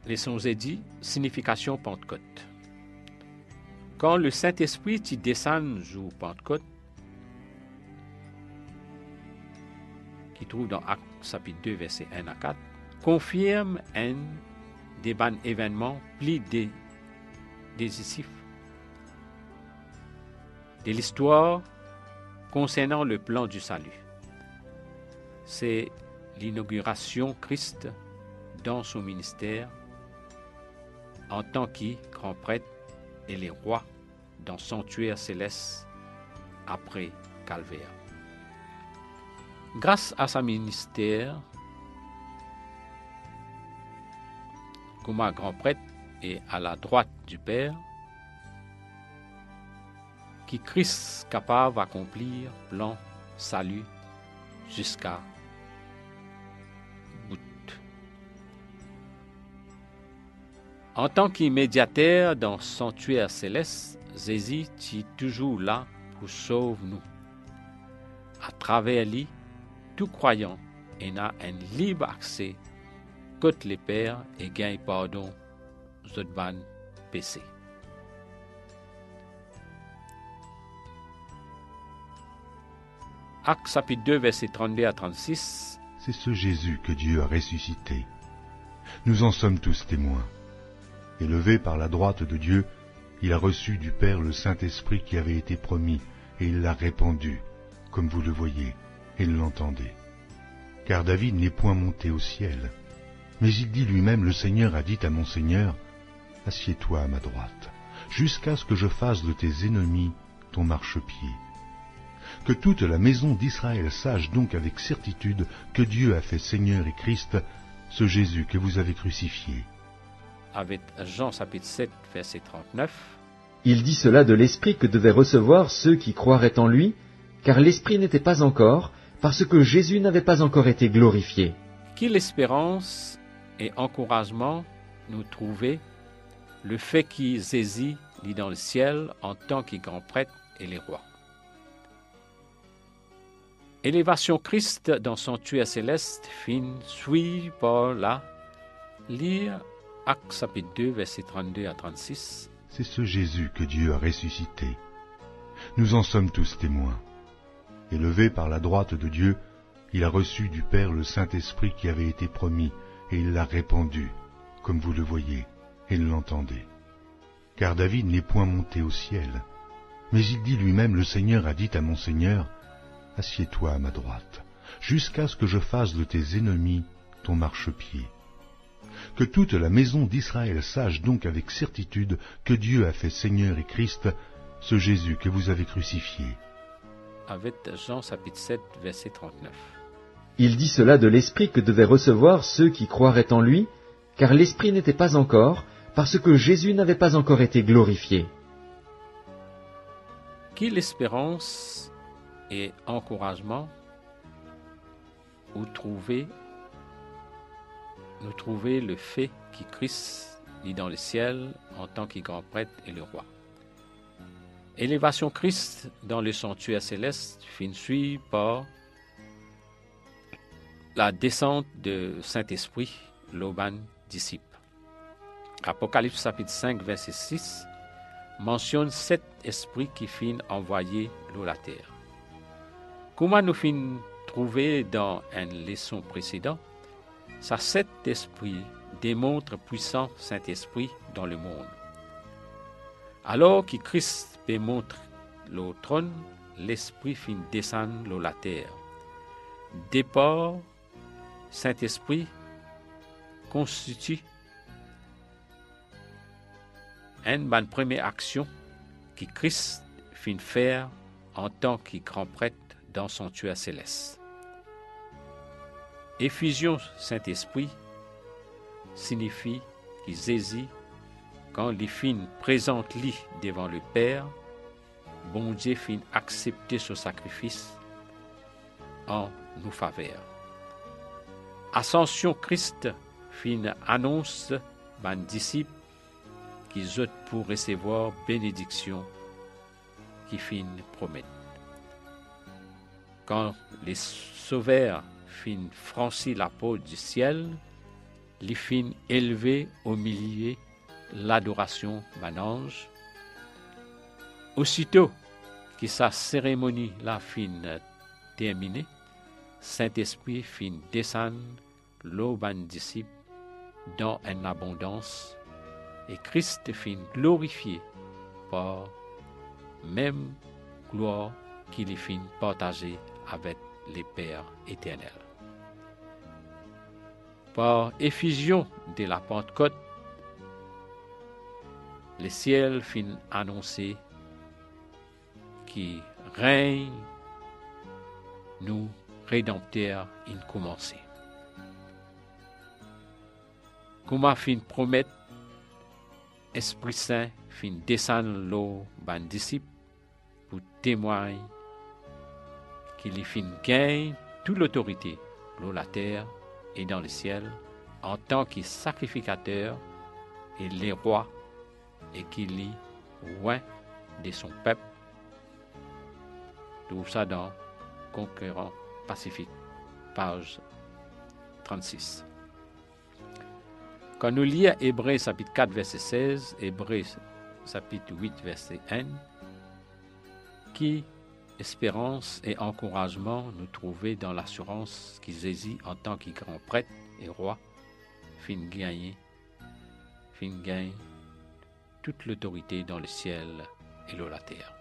Leçon dit, signification Pentecôte. Quand le Saint-Esprit y descend jour Pentecôte, qui trouve dans Actes chapitre 2, versets 1 à 4, confirme un des événements plus décisifs de l'histoire concernant le plan du salut. C'est l'inauguration Christ dans son ministère en tant que grand prêtre et les rois dans le sanctuaire céleste après Calvaire. Grâce à son ministère comme un grand prêtre et à la droite du Père, qui Christ capable d'accomplir plan salut jusqu'à bout. En tant qu'immédiateur dans le sanctuaire céleste, Jésus est toujours là pour sauver nous. À travers lui, tout croyant a un libre accès contre les pères et gagne pardon aux péchés. Actes chapitre 2, versets 32 à 36. C'est ce Jésus que Dieu a ressuscité. Nous en sommes tous témoins. Élevé par la droite de Dieu, il a reçu du Père le Saint-Esprit qui avait été promis, et il l'a répandu, comme vous le voyez et l'entendez. Car David n'est point monté au ciel, mais il dit lui-même, le Seigneur a dit à mon Seigneur, assieds-toi à ma droite, jusqu'à ce que je fasse de tes ennemis ton marchepied. Que toute la maison d'Israël sache donc avec certitude que Dieu a fait Seigneur et Christ, ce Jésus que vous avez crucifié. Avec Jean chapitre 7, verset 39. Il dit cela de l'Esprit que devaient recevoir ceux qui croiraient en lui, car l'Esprit n'était pas encore, parce que Jésus n'avait pas encore été glorifié. Quelle espérance et encouragement nous trouver le fait qu'il Jésus lit dans le ciel en tant que grand prêtre et les rois. Élévation Christ dans son sanctuaire céleste, fin suivi par la lire Actes chapitre 2, versets 32 à 36. C'est ce Jésus que Dieu a ressuscité. Nous en sommes tous témoins. Élevé par la droite de Dieu, il a reçu du Père le Saint-Esprit qui avait été promis, et il l'a répandu, comme vous le voyez et l'entendez. Car David n'est point monté au ciel, mais il dit lui-même, le Seigneur a dit à mon Seigneur, assieds-toi à ma droite, jusqu'à ce que je fasse de tes ennemis ton marchepied. Que toute la maison d'Israël sache donc avec certitude que Dieu a fait Seigneur et Christ, ce Jésus que vous avez crucifié. Avec Jean chapitre 7, verset 39. Il dit cela de l'Esprit que devaient recevoir ceux qui croiraient en lui, car l'Esprit n'était pas encore, parce que Jésus n'avait pas encore été glorifié. Quelle espérance et encouragement nous trouver le fait que Christ est dans le ciel en tant que grand prêtre et le roi. Élévation Christ dans le sanctuaire céleste finit par la descente de Saint-Esprit, l'Auban disciple. Apocalypse chapitre 5, verset 6 mentionne 7 esprits qui finissent envoyer l'eau la terre. Comment nous finissons trouver dans une leçon précédente, ça 7 esprits démontrent puissant Saint-Esprit dans le monde. Alors que Christ peut montrer le trône, l'Esprit fin descendre l'eau la terre. Départ, Saint-Esprit constitue une première action que Christ fin faire en tant que grand prêtre dans son sanctuaire céleste. Effusion Saint-Esprit signifie que Jésus, quand il fin présente lui devant le Père, bon Dieu fin accepter ce sacrifice en nous faveur. Ascension Christ fin annonce ban disciples qu'ils ont pour recevoir bénédiction qui fin promettent. Quand les sauveurs fin franchir la porte du ciel, li fin élevé au milieu l'adoration manange. Aussitôt que sa cérémonie la fin terminée, Saint-Esprit fin descendre l'eau ban disciples dans une abondance et Christ fin glorifié par même gloire qu'il fin partagé avec les Pères éternels. Par effusion de la Pentecôte, le ciel fin annoncé qui règne nous rédempteur in commencé. Comment fin promettre Esprit Saint fin descendre l'eau ban disciples pour témoigner qu'il fin gagne toute l'autorité sur la terre et dans le ciel en tant que sacrificateur et les rois et qu'il est loin de son peuple. Tout ça dans Conquérant Pacifique, page 36. Quand nous lisons Hébreux chapitre 4, verset 16, Hébreux chapitre 8, verset 1, qui espérance et encouragement nous trouver dans l'assurance qui Jésus en tant que grand prêtre et roi fin gagne toute l'autorité dans le ciel et sur la terre.